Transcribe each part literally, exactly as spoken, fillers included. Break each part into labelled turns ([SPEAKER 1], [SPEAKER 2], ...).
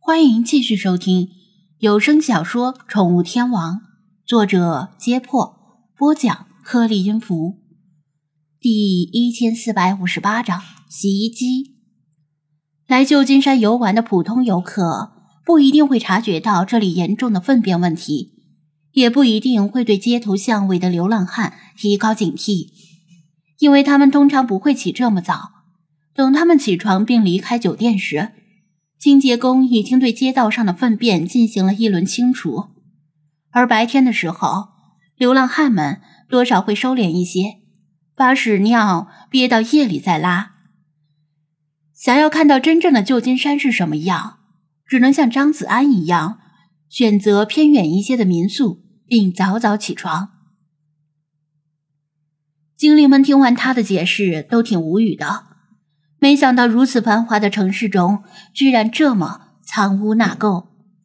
[SPEAKER 1] 欢迎继续收听有声小说《宠物天王》，作者揭破，播讲颗粒音符，第一千四百五十八章洗衣机。来旧金山游玩的普通游客不一定会察觉到这里严重的粪便问题，也不一定会对街头巷尾的流浪汉提高警惕，因为他们通常不会起这么早。等他们起床并离开酒店时，清洁工已经对街道上的粪便进行了一轮清除，而白天的时候，流浪汉们多少会收敛一些，把屎尿憋到夜里再拉。想要看到真正的旧金山是什么样，只能像张子安一样，选择偏远一些的民宿，并早早起床。精灵们听完他的解释都挺无语的，没想到如此繁华的城市中，居然这么藏污纳垢。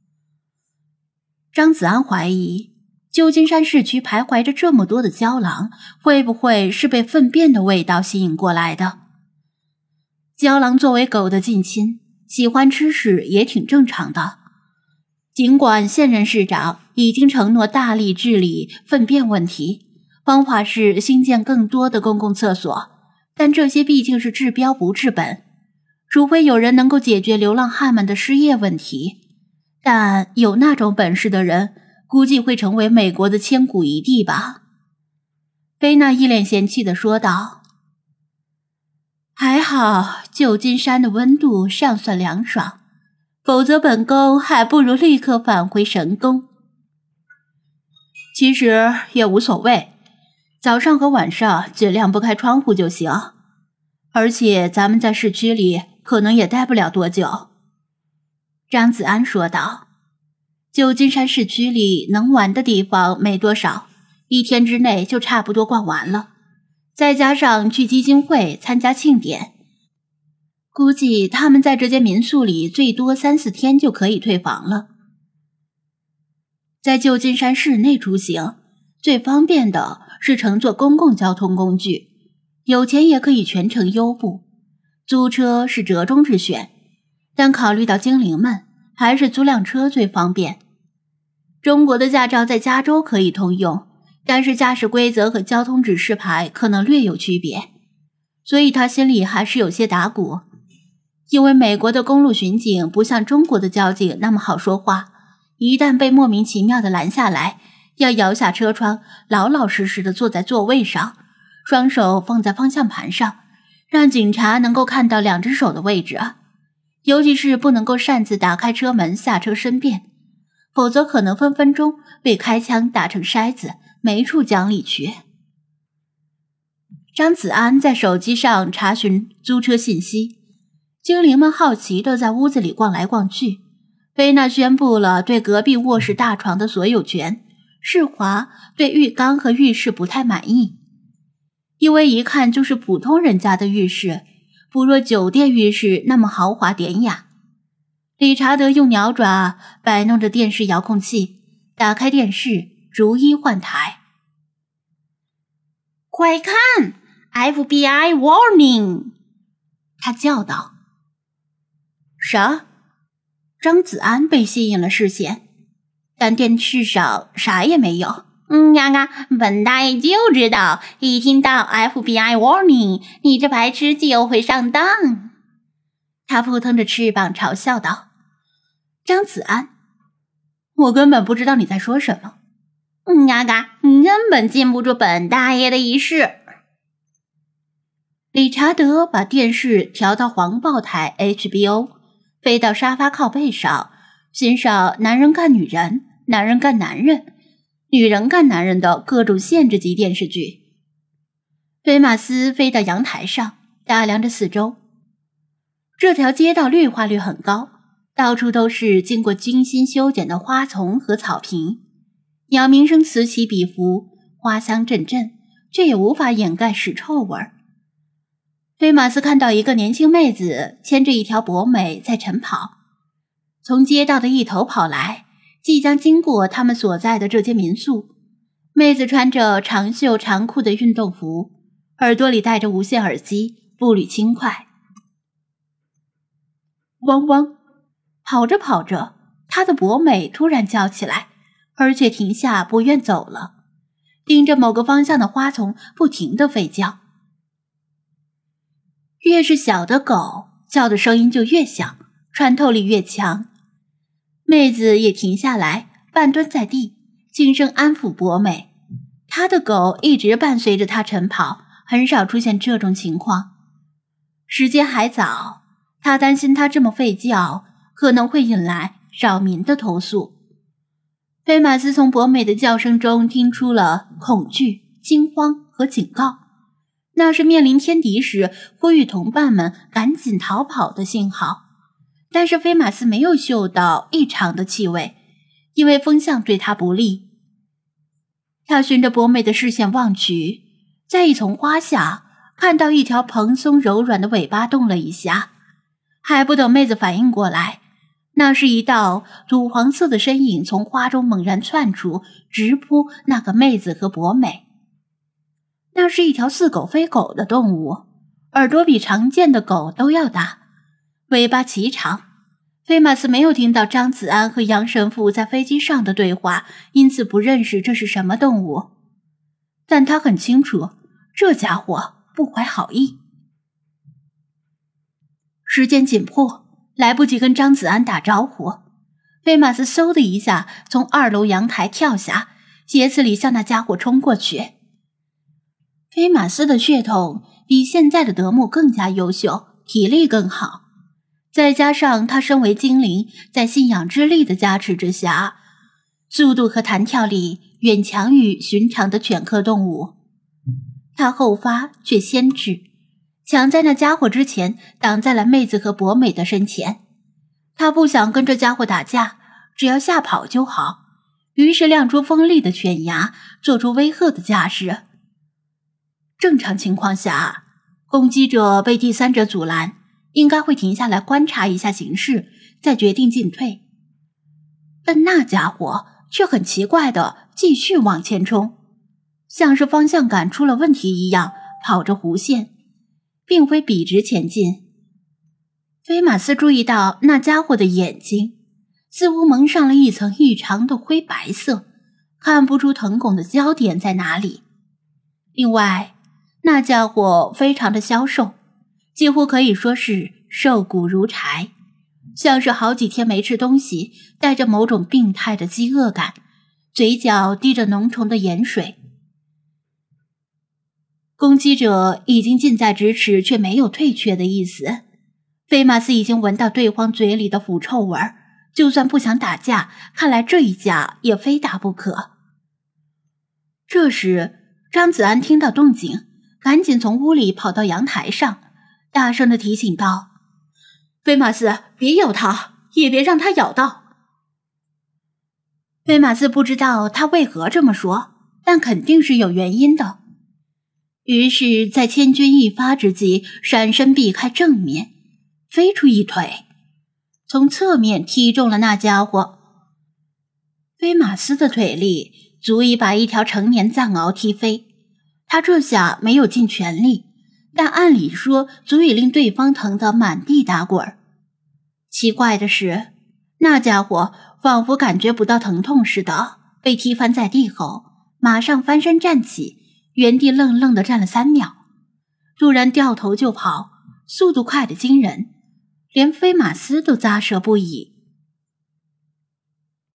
[SPEAKER 1] 张子安怀疑，旧金山市区徘徊着这么多的郊狼，会不会是被粪便的味道吸引过来的？郊狼作为狗的近亲，喜欢吃屎也挺正常的。尽管现任市长已经承诺大力治理粪便问题，方法是兴建更多的公共厕所，但这些毕竟是治标不治本，除非有人能够解决流浪汉们的失业问题，但有那种本事的人估计会成为美国的千古一帝吧。菲娜一脸嫌弃地说道，还好旧金山的温度尚算凉爽，否则本宫还不如立刻返回神宫。其实也无所谓，早上和晚上尽量不开窗户就行，而且咱们在市区里可能也待不了多久。张子安说道，旧金山市区里能玩的地方没多少，一天之内就差不多逛完了，再加上去基金会参加庆典，估计他们在这间民宿里最多三四天就可以退房了。在旧金山市内出行，最方便的是乘坐公共交通工具，有钱也可以全程优步，租车是折中之选，但考虑到精灵们，还是租辆车最方便。中国的驾照在加州可以通用，但是驾驶规则和交通指示牌可能略有区别，所以他心里还是有些打鼓。因为美国的公路巡警不像中国的交警那么好说话，一旦被莫名其妙地拦下来，要摇下车窗，老老实实地坐在座位上，双手放在方向盘上，让警察能够看到两只手的位置，尤其是不能够擅自打开车门下车申辩，否则可能分分钟被开枪打成筛子，没处讲理去。张子安在手机上查询租车信息，精灵们好奇地在屋子里逛来逛去。菲娜宣布了对隔壁卧室大床的所有权，世华对浴缸和浴室不太满意，因为一看就是普通人家的浴室，不若酒店浴室那么豪华典雅。理查德用鸟爪摆弄着电视遥控器，打开电视，逐一换台。
[SPEAKER 2] 快看 F B I warning，
[SPEAKER 1] 他叫道。啥？张子安被吸引了视线，但电视上啥也没有。
[SPEAKER 2] 嗯呀呀，本大爷就知道，一听到 F B I warning， 你这白痴就会上当。
[SPEAKER 1] 他扑腾着翅膀嘲笑道。张子安，我根本不知道你在说什么。
[SPEAKER 2] 嗯呀呀，你根本禁不住本大爷的一事。
[SPEAKER 1] 理查德把电视调到黄报台 H B O， 飞到沙发靠背上，欣赏男人干女人，男人干男人，女人干男人的各种限制级电视剧。菲马斯飞到阳台上，打量着四周。这条街道绿化率很高，到处都是经过精心修剪的花丛和草坪，鸟鸣声此起彼伏，花香阵阵，却也无法掩盖屎臭味儿。菲马斯看到一个年轻妹子牵着一条博美在晨跑，从街道的一头跑来，即将经过他们所在的这间民宿。妹子穿着长袖长裤的运动服，耳朵里戴着无线耳机，步履轻快。汪汪！ 跑着跑着，他的博美突然叫起来，而且停下不愿走了，盯着某个方向的花丛不停地吠叫。越是小的狗，叫的声音就越响，穿透力越强。妹子也停下来，半蹲在地，轻声安抚博美。她的狗一直伴随着她晨跑，很少出现这种情况。时间还早，她担心她这么吠叫可能会引来扰民的投诉。菲马斯从博美的叫声中听出了恐惧、惊慌和警告，那是面临天敌时呼吁同伴们赶紧逃跑的信号。但是菲马斯没有嗅到异常的气味，因为风向对他不利。他循着博美的视线望去，在一丛花下看到一条蓬松柔软的尾巴动了一下，还不等妹子反应过来，那是一道土黄色的身影从花中猛然窜出，直扑那个妹子和博美。那是一条似狗非狗的动物，耳朵比常见的狗都要大，尾巴奇长。菲马斯没有听到张子安和杨神父在飞机上的对话，因此不认识这是什么动物，但他很清楚这家伙不怀好意。时间紧迫，来不及跟张子安打招呼，菲马斯嗖的一下从二楼阳台跳下，斜刺里向那家伙冲过去。菲马斯的血统比现在的德牧更加优秀，体力更好，再加上他身为精灵，在信仰之力的加持之下，速度和弹跳力远强于寻常的犬科动物。他后发却先至，抢在那家伙之前挡在了妹子和博美的身前。他不想跟这家伙打架，只要吓跑就好，于是亮出锋利的犬牙，做出威吓的架势。正常情况下，攻击者被第三者阻拦，应该会停下来观察一下形势，再决定进退。但那家伙却很奇怪地继续往前冲，像是方向感出了问题一样，跑着弧线，并非笔直前进。菲马斯注意到那家伙的眼睛似乎蒙上了一层异常的灰白色，看不出瞳孔的焦点在哪里。另外，那家伙非常的消瘦，几乎可以说是瘦骨如柴，像是好几天没吃东西，带着某种病态的饥饿感，嘴角滴着浓稠的盐水。攻击者已经近在咫尺，却没有退却的意思。菲马斯已经闻到对方嘴里的腐臭味儿，就算不想打架，看来这一架也非打不可。这时，张子安听到动静，赶紧从屋里跑到阳台上，大声地提醒道：“菲马斯，别咬他，也别让他咬到。”菲马斯不知道他为何这么说，但肯定是有原因的。于是在千钧一发之际，闪身避开正面，飞出一腿，从侧面踢中了那家伙。菲马斯的腿力足以把一条成年藏獒踢飞，他这下没有尽全力，但按理说足以令对方疼得满地打滚。奇怪的是，那家伙仿佛感觉不到疼痛似的，被踢翻在地后，马上翻身站起，原地愣愣地站了三秒，突然掉头就跑，速度快得惊人，连菲马斯都咂舌不已。